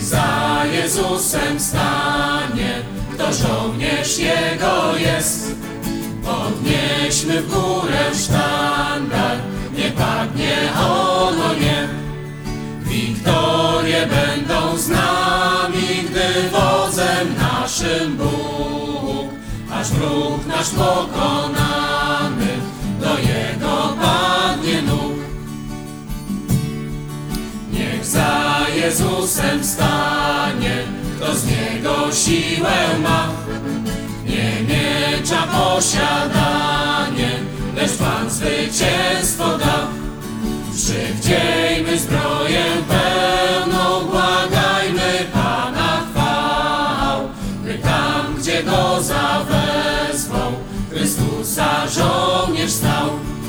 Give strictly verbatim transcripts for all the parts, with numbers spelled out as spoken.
za Jezusem stanie, kto żołnierz Jego jest. Podnieśmy w górę sztandar, nie padnie on, o nie. Wiktorie będą z nami, gdy wodzem naszym Bóg, aż wróg nasz pokonany do Jego padnie nóg. Niech za Jezusem stanie, kto z Niego siłę ma. Nie miecza posiadanie, lecz Pan zwycięstwo da. Przywdziejmy zbroję pełną, błagajmy Pana chwał, by tam, gdzie Go zawezwał, Chrystusa żołnierz stał.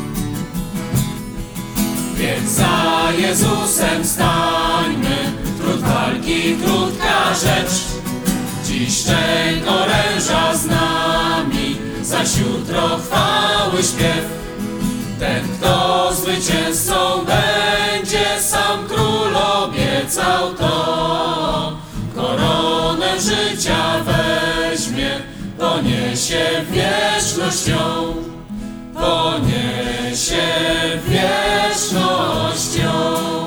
Więc za Jezusem stańmy, trud walki krótka rzecz. Dziś szczęk oręża z nami, zaś jutro chwały śpiew. Ten, kto zwycięzcą będzie, sam król obiecał to. Koronę życia weźmie, poniesie wiecznością, poniesie wiecznością.